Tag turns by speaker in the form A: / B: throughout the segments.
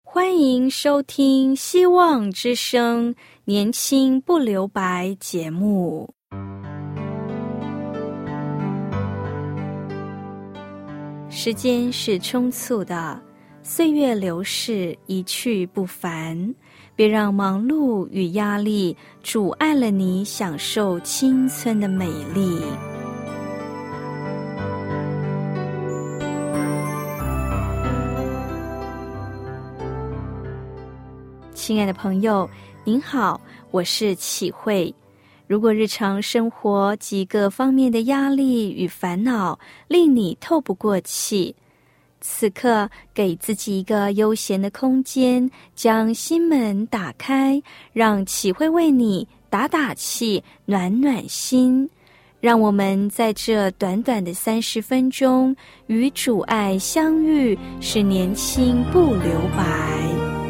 A: 欢迎收听希望之声年轻不留白节目。时间是匆促的，岁月流逝，一去不返。别让忙碌与压力阻碍了你享受青春的美丽。亲爱的朋友，您好，我是启慧。如果日常生活几个方面的压力与烦恼令你透不过气，此刻给自己一个悠闲的空间，将心门打开，让启慧为你打打气，暖暖心。让我们在这短短的30分钟与主爱相遇，使年轻不留白。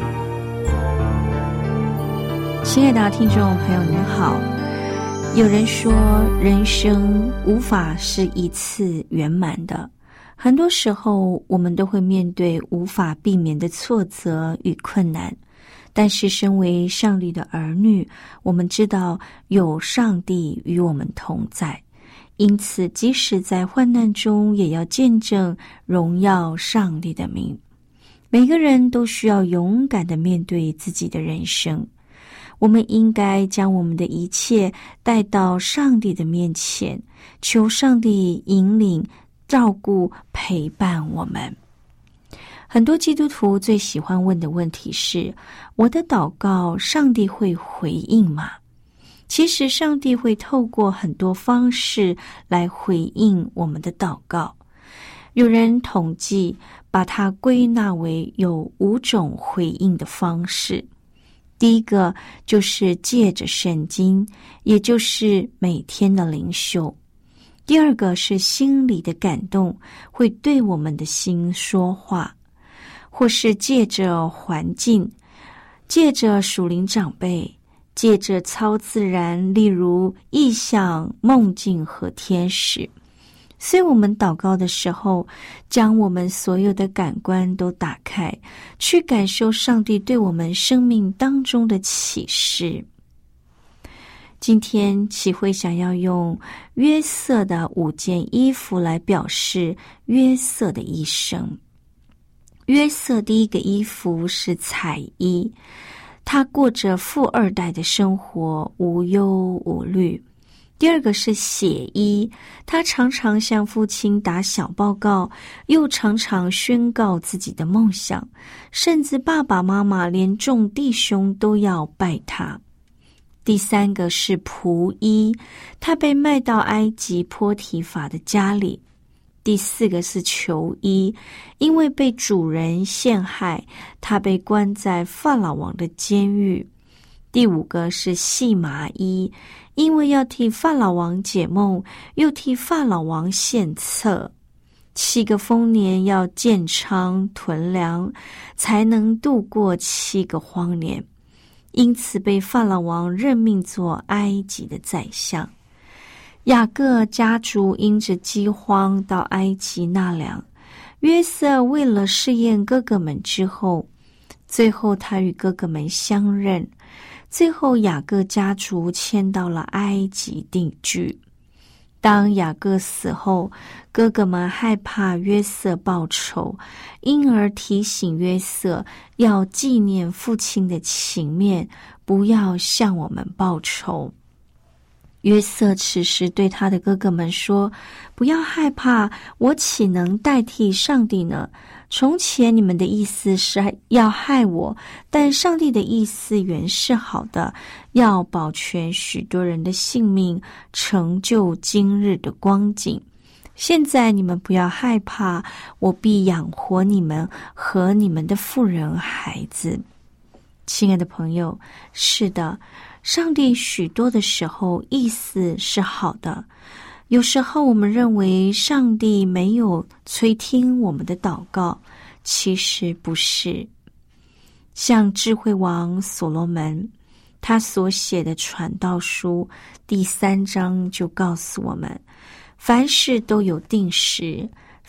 A: 亲爱的听众朋友您好，有人说人生无法是一次圆满的，很多时候我们都会面对无法避免的挫折与困难，但是身为上帝的儿女，我们知道有上帝与我们同在，因此即使在患难中也要见证荣耀上帝的名。每个人都需要勇敢地面对自己的人生，我们应该将我们的一切带到上帝的面前，求上帝引领、照顾、陪伴我们。很多基督徒最喜欢问的问题是：我的祷告，上帝会回应吗？其实上帝会透过很多方式来回应我们的祷告。有人统计，把它归纳为有5种回应的方式。第一个就是借着圣经，也就是每天的灵修。第二个是心里的感动，会对我们的心说话，或是借着环境，借着属灵长辈，借着超自然，例如异象、梦境和天使。所以我们祷告的时候，将我们所有的感官都打开，去感受上帝对我们生命当中的启示。今天启慧想要用约瑟的5件衣服来表示约瑟的一生。约瑟第一个衣服是彩衣，他过着富2代的生活，无忧无虑。第二个是血衣，他常常向父亲打小报告，又常常宣告自己的梦想，甚至爸爸妈妈连众弟兄都要拜他。第三个是仆衣，他被卖到埃及波提法的家里。第4个是囚衣，因为被主人陷害，他被关在法老王的监狱。第5个是细麻衣，因为要替法老王解梦，又替法老王献策。7个丰年要建仓囤粮，才能度过7个荒年，因此被法老王任命做埃及的宰相。雅各家族因着饥荒到埃及纳粮，约瑟为了试验哥哥们之后，最后他与哥哥们相认，最后雅各家族迁到了埃及定居。当雅各死后，哥哥们害怕约瑟报仇，因而提醒约瑟要纪念父亲的情面，不要向我们报仇。约瑟此时对他的哥哥们说：不要害怕，我岂能代替上帝呢？从前你们的意思是要害我，但上帝的意思原是好的，要保全许多人的性命，成就今日的光景。现在你们不要害怕，我必养活你们和你们的妇人孩子。亲爱的朋友，是的，上帝许多的时候意思是好的，有时候我们认为上帝没有垂听我们的祷告，其实不是。像智慧王所罗门，他所写的传道书第3章就告诉我们，凡事都有定时，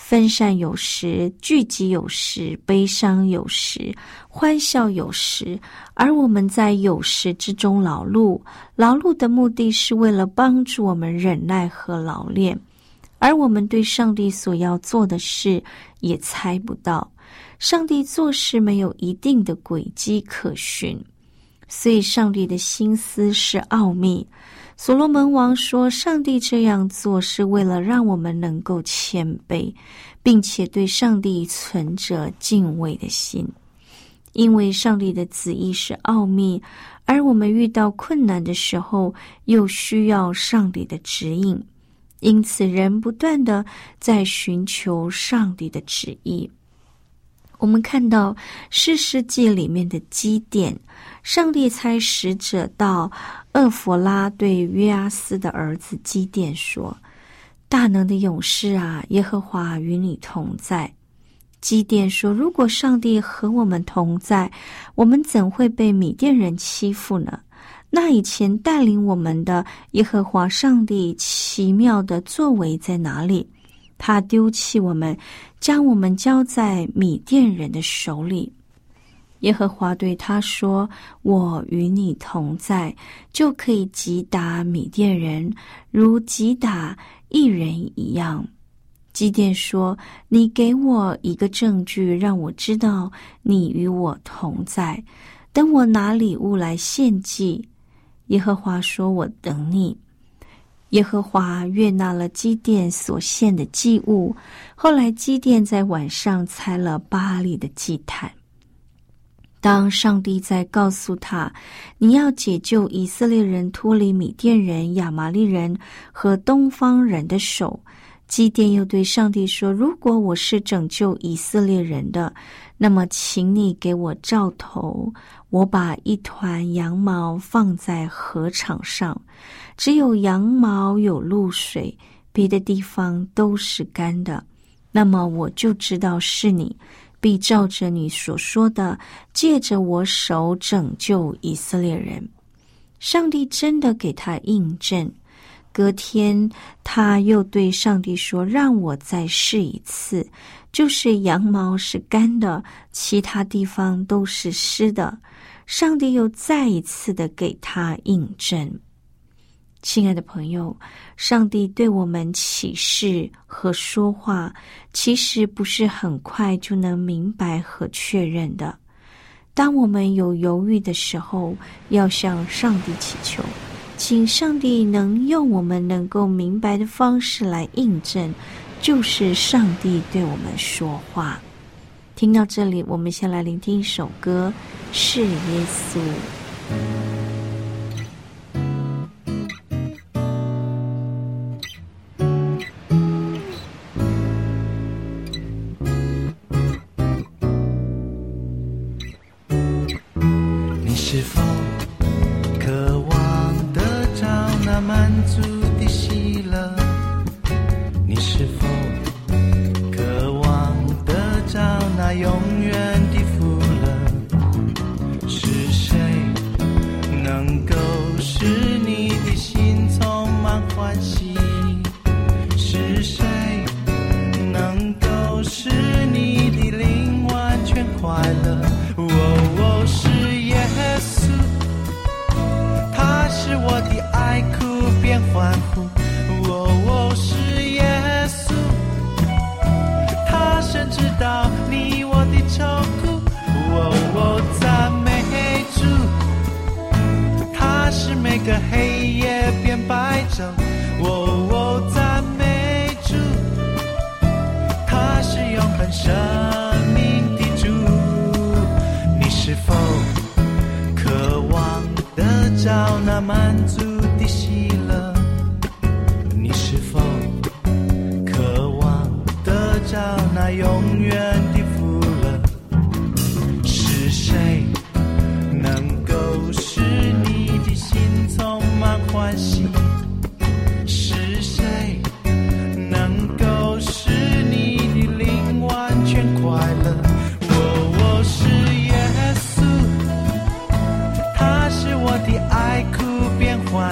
A: 分散有时，聚集有时，悲伤有时，欢笑有时。而我们在有时之中劳碌，劳碌的目的是为了帮助我们忍耐和老练。而我们对上帝所要做的事也猜不到，上帝做事没有一定的轨迹可循，所以上帝的心思是奥秘。所罗门王说，上帝这样做是为了让我们能够谦卑，并且对上帝存着敬畏的心。因为上帝的旨意是奥秘，而我们遇到困难的时候又需要上帝的指引，因此人不断地在寻求上帝的旨意。我们看到士师记里面的基甸，上帝差使者到厄弗拉，对约阿斯的儿子基甸说，大能的勇士啊，耶和华与你同在。基甸说，如果上帝和我们同在，我们怎会被米甸人欺负呢？那以前带领我们的耶和华上帝奇妙的作为在哪里？他丢弃我们，将我们交在米甸人的手里。耶和华对他说，我与你同在，就可以击打米甸人，如击打一人一样。基甸说，你给我一个证据，让我知道你与我同在，等我拿礼物来献祭。耶和华说，我等你。耶和华悦纳了基甸所献的祭物。后来基甸在晚上拆了巴力的祭坛。当上帝在告诉他，你要解救以色列人脱离米甸人、亚玛利人和东方人的手，基甸又对上帝说，如果我是拯救以色列人的，那么请你给我兆头，我把一团羊毛放在禾场上，只有羊毛有露水，别的地方都是干的，那么我就知道是你，必照着你所说的，借着我手拯救以色列人。上帝真的给他印证。隔天他又对上帝说，让我再试一次，就是羊毛是干的，其他地方都是湿的。上帝又再一次的给他印证。亲爱的朋友，上帝对我们启示和说话，其实不是很快就能明白和确认的。当我们有犹豫的时候，要向上帝祈求，请上帝能用我们能够明白的方式来印证，就是上帝对我们说话。听到这里，我们先来聆听一首歌，是耶稣。
B: 你是否渴望得着那满足的喜乐？你是否渴望得着那永远的福乐？是谁能够使你的心充满欢喜？是谁能够使你的灵完全快乐？是耶稣，他使我的哀哭变欢呼。是耶稣，他深知道你我的愁苦。赞美主，他使每个黑夜变白昼。赞美主，他是永恒生命的主。你是否渴望得着那满足的喜乐？你是否渴望得着那永远的福乐？是谁能够使你的心充满欢喜？是谁能够使你的灵完全快乐？是耶稣，他使我的哀哭变欢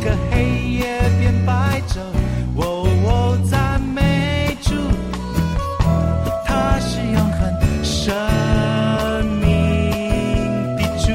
B: 个黑夜变白昼。哦，赞美主，他是永恒生命的主。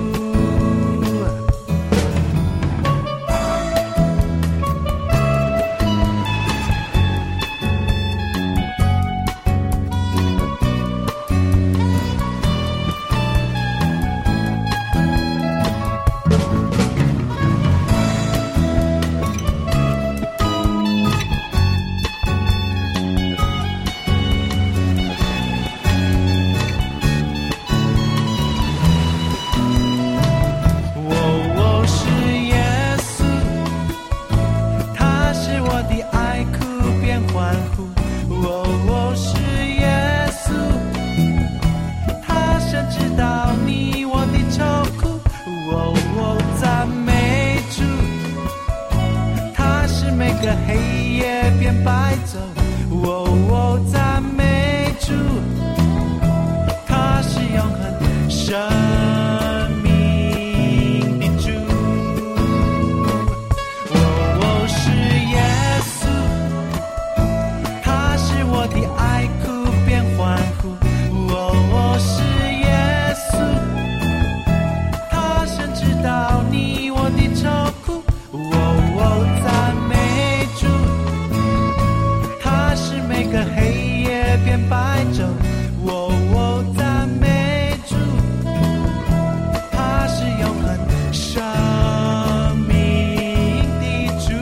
B: 黑夜变白昼，哦，赞美主，他是永恒生命的主。哦，是耶稣，他是我的爱哭变欢呼。哦，是耶稣，他深知道你我的愁苦。哦，赞美每个黑夜变白昼，哦，赞美主，他是永恒生命的主。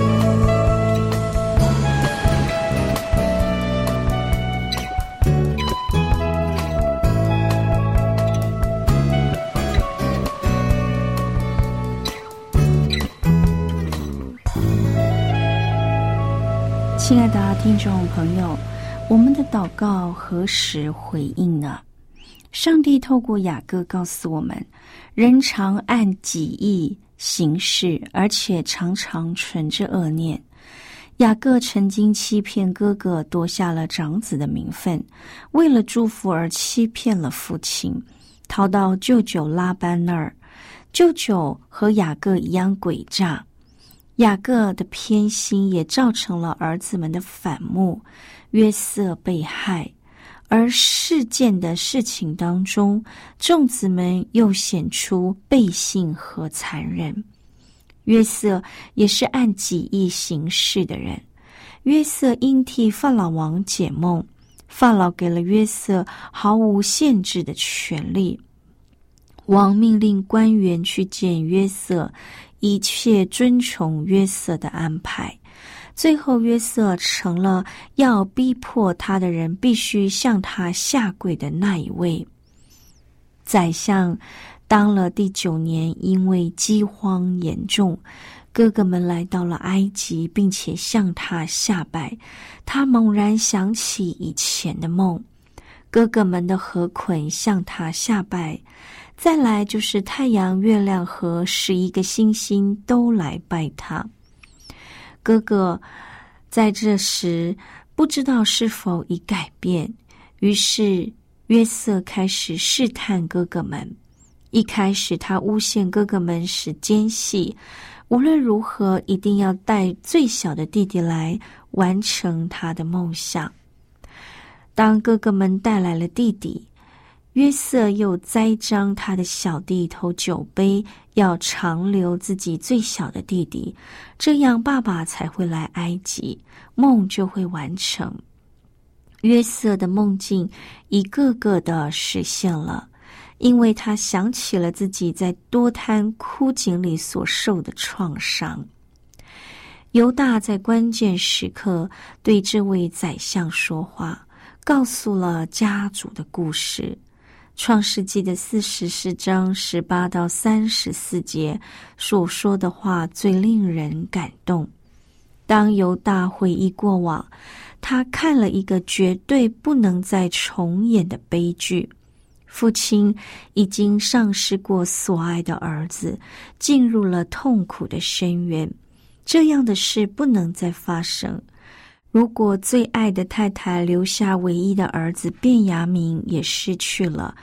A: 亲爱的听众朋友，我们的祷告何时回应呢？上帝透过雅各告诉我们，人常按己意行事，而且常常存着恶念。雅各曾经欺骗哥哥，夺下了长子的名分，为了祝福而欺骗了父亲，逃到舅舅拉班那儿。舅舅和雅各一样诡诈，雅各的偏心也造成了儿子们的反目，约瑟被害。而事件的事情当中，众子们又显出背信和残忍。约瑟也是按己意行事的人。约瑟应替法老王解梦，法老给了约瑟毫无限制的权利。王命令官员去见约瑟，一切遵从约瑟的安排。最后约瑟成了要逼迫他的人必须向他下跪的那一位。宰相当了第9年，因为饥荒严重，哥哥们来到了埃及，并且向他下拜。他猛然想起以前的梦，哥哥们的河捆向他下拜。再来就是太阳、月亮和11个星星都来拜他。哥哥在这时不知道是否已改变，于是约瑟开始试探哥哥们。一开始他诬陷哥哥们是奸细，无论如何一定要带最小的弟弟来完成他的梦想。当哥哥们带来了弟弟，约瑟又栽赃他的小弟偷酒杯，要长留自己最小的弟弟，这样爸爸才会来埃及，梦就会完成。约瑟的梦境一个个的实现了，因为他想起了自己在多滩枯井里所受的创伤。犹大在关键时刻对这位宰相说话，告诉了家族的故事。创世纪的44章18到34节所说的话最令人感动。当犹大回忆过往，他看了一个绝对不能再重演的悲剧。父亲已经丧失过所爱的儿子，进入了痛苦的深渊。这样的事不能再发生。如果最爱的太太留下唯一的儿子便雅悯也失去了，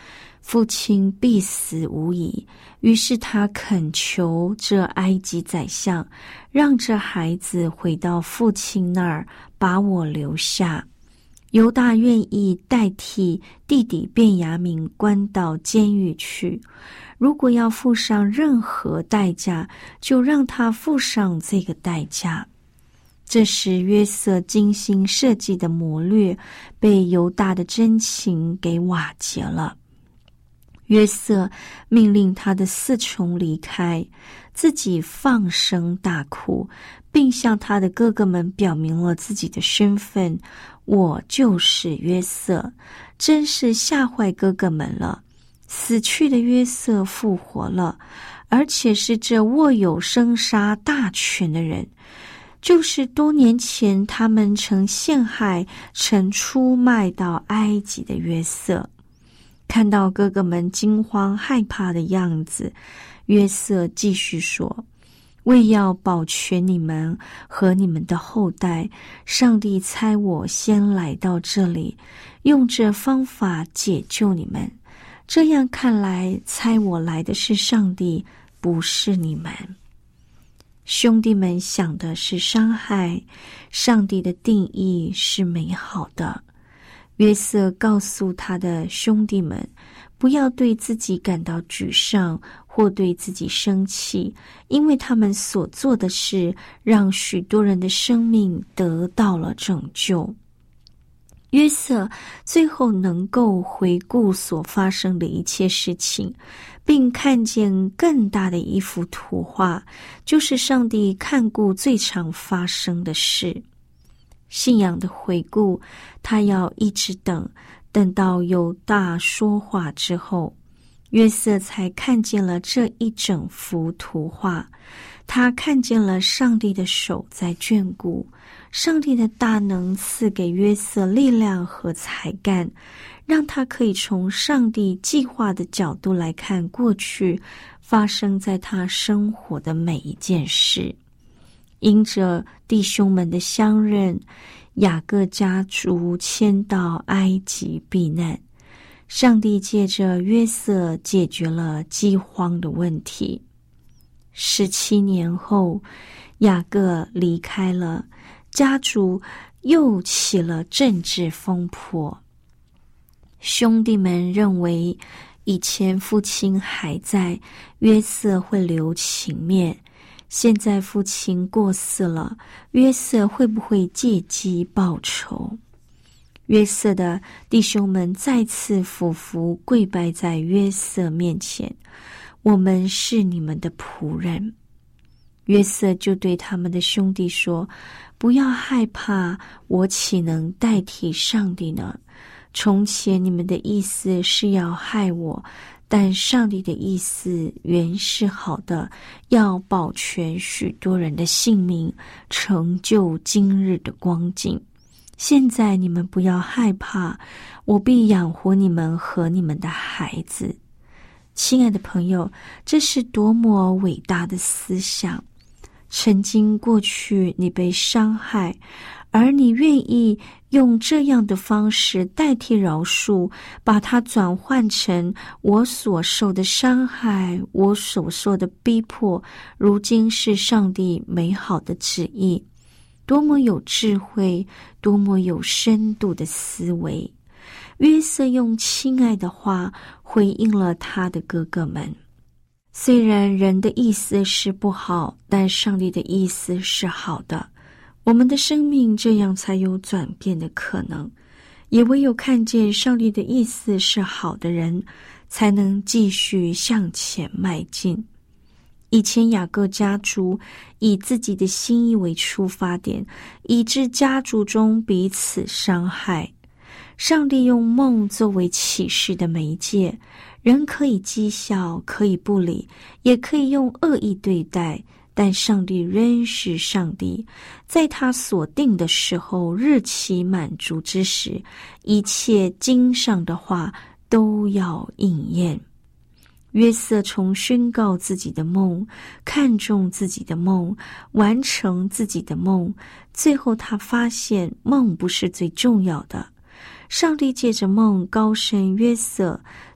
A: 父亲必死无疑。于是他恳求这埃及宰相，让这孩子回到父亲那儿，把我留下。犹大愿意代替弟弟便雅悯关到监狱去，如果要付上任何代价，就让他付上这个代价。这时约瑟精心设计的谋略被犹大的真情给瓦解了。约瑟命令他的四重离开，自己放声大哭，并向他的哥哥们表明了自己的身份：我就是约瑟。真是吓坏哥哥们了。死去的约瑟复活了，而且是这握有生杀大权的人，就是多年前他们曾陷害、曾出卖到埃及的约瑟。看到哥哥们惊慌害怕的样子，约瑟继续说：为要保全你们和你们的后代，上帝差我先来到这里，用这方法解救你们。这样看来，差我来的是上帝，不是你们。兄弟们想的是伤害，上帝的定义是美好的。约瑟告诉他的兄弟们，不要对自己感到沮丧或对自己生气，因为他们所做的事让许多人的生命得到了拯救。约瑟最后能够回顾所发生的一切事情，并看见更大的一幅图画，就是上帝看顾最常发生的事。信仰的回顾，他要一直等到犹大说话之后，约瑟才看见了这一整幅图画。他看见了上帝的手在眷顾，上帝的大能赐给约瑟力量和才干，让他可以从上帝计划的角度来看过去发生在他生活的每一件事。因着弟兄们的相认，雅各家族迁到埃及避难，上帝借着约瑟解决了饥荒的问题。17年后，雅各离开了，家族又起了政治风波。兄弟们认为以前父亲还在，约瑟会留情面，现在父亲过世了，约瑟会不会借机报仇？约瑟的弟兄们再次俯伏跪拜在约瑟面前，我们是你们的仆人。约瑟就对他们的兄弟说，不要害怕，我岂能代替上帝呢？从前你们的意思是要害我，但上帝的意思原是好的，要保全许多人的性命，成就今日的光景。现在你们不要害怕，我必养活你们和你们的孩子。亲爱的朋友，这是多么伟大的思想！曾经过去你被伤害，而你愿意用这样的方式代替饶恕，把它转换成我所受的伤害，我所受的逼迫，如今是上帝美好的旨意。多么有智慧，多么有深度的思维！约瑟用亲爱的话回应了他的哥哥们。虽然人的意思是不好，但上帝的意思是好的。我们的生命这样才有转变的可能，也唯有看见上帝的意思是好的人，才能继续向前迈进。以前雅各家族以自己的心意为出发点，以致家族中彼此伤害。上帝用梦作为启示的媒介，人可以讥笑，可以不理，也可以用恶意对待，但上帝仍是上帝，在他所定的时候，日期满足之时，一切经上的话都要应验。约瑟从宣告自己的梦，看重自己的梦，完成自己的梦，最后他发现梦不是最重要的。上帝借着梦高升约瑟，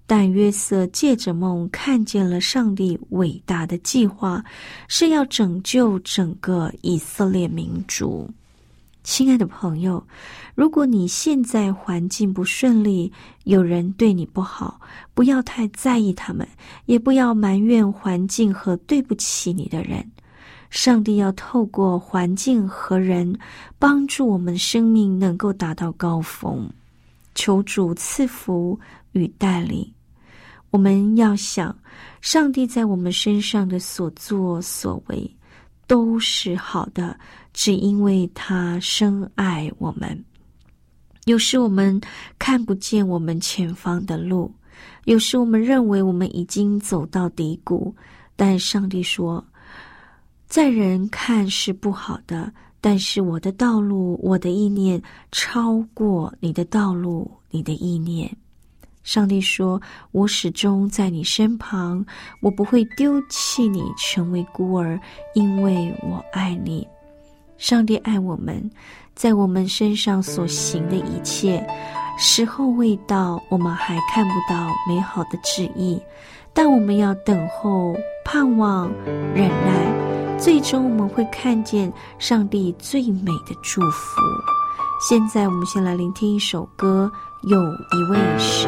A: 但约瑟借着梦看见了上帝伟大的计划，是要拯救整个以色列民族。亲爱的朋友，如果你现在环境不顺利，有人对你不好，不要太在意他们，也不要埋怨环境和对不起你的人。上帝要透过环境和人，帮助我们生命能够达到高峰。求主赐福与带领。我们要想，上帝在我们身上的所作所为都是好的，只因为他深爱我们。有时我们看不见我们前方的路，有时我们认为我们已经走到低谷，但上帝说，在人看是不好的，但是我的道路，我的意念超过你的道路，你的意念。上帝说，我始终在你身旁，我不会丢弃你成为孤儿，因为我爱你。上帝爱我们，在我们身上所行的一切，时候未到，我们还看不到美好的旨意，但我们要等候、盼望、忍耐，最终我们会看见上帝最美的祝福。现在我们先来聆听一首歌，有一位神。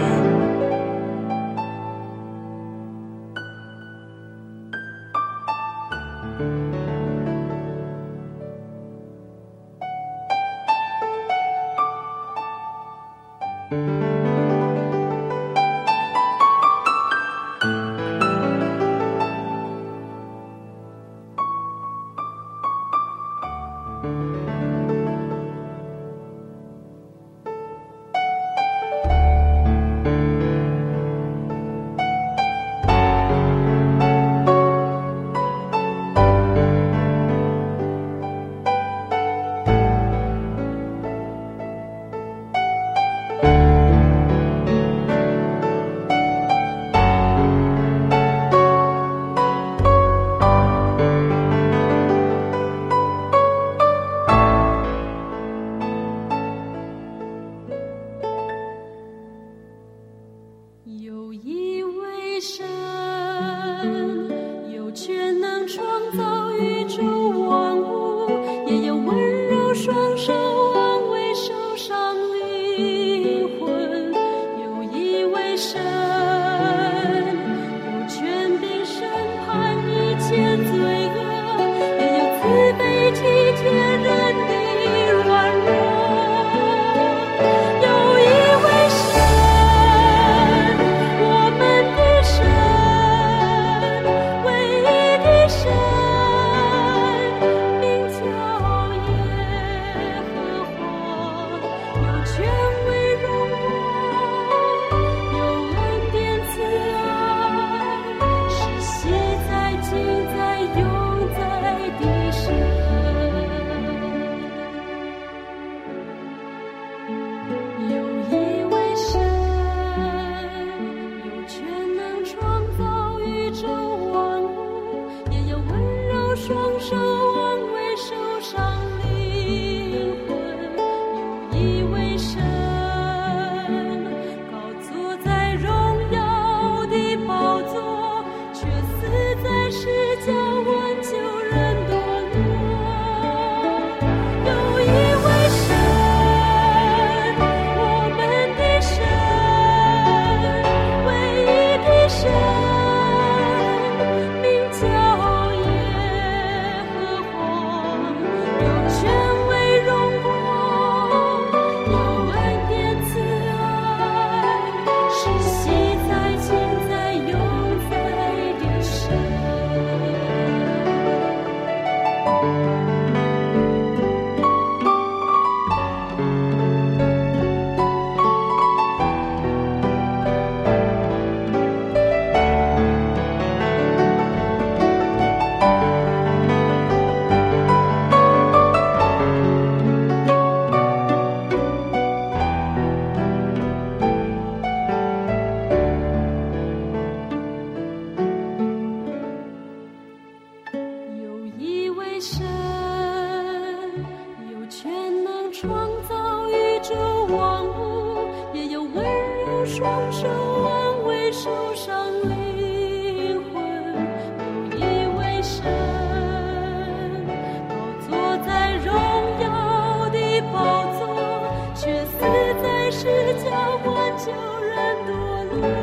C: 双手安慰受伤灵魂，有一位神，都坐在荣耀的宝座，却死在十架挽救人堕落。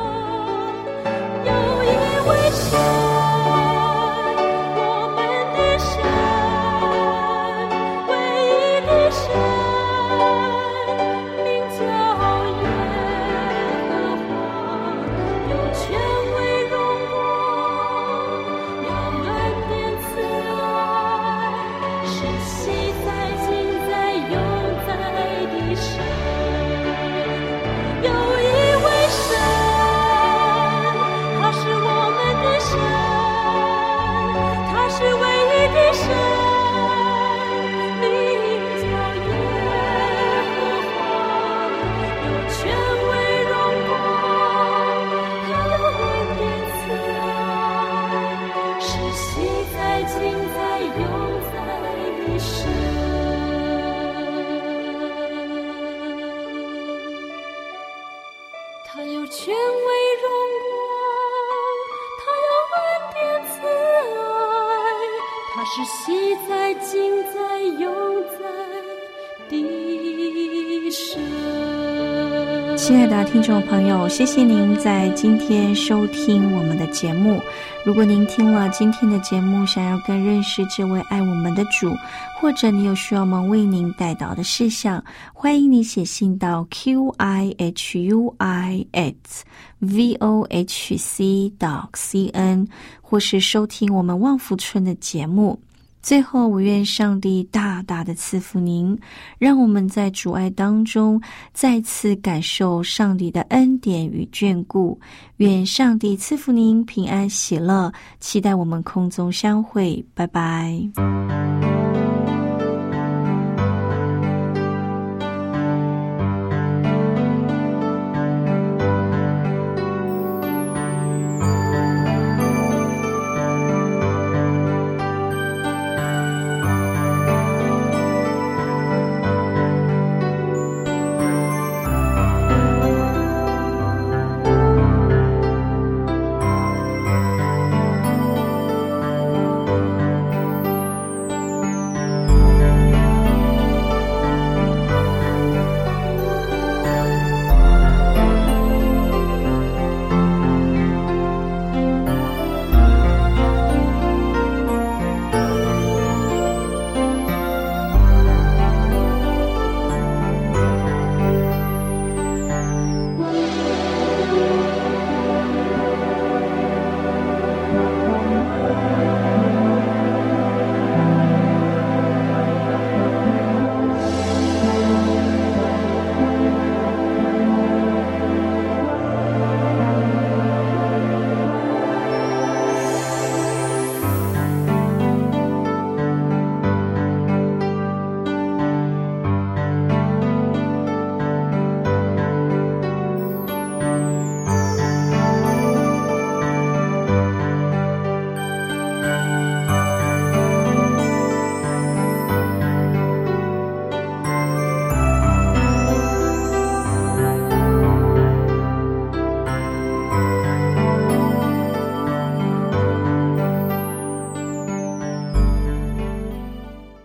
C: 有一位神，他有权威荣光，他有恩典慈爱，他是昔在今在永在的神。
A: 亲爱的听众朋友，谢谢您在今天收听我们的节目。如果您听了今天的节目，想要更认识这位爱我们的主，或者你有需要我们为您代祷的事项，欢迎你写信到 qihui@vohc.cn， 或是收听我们旺福村的节目。最后，我愿上帝大大的赐福您，让我们在主爱当中再次感受上帝的恩典与眷顾。愿上帝赐福您平安喜乐，期待我们空中相会，拜拜。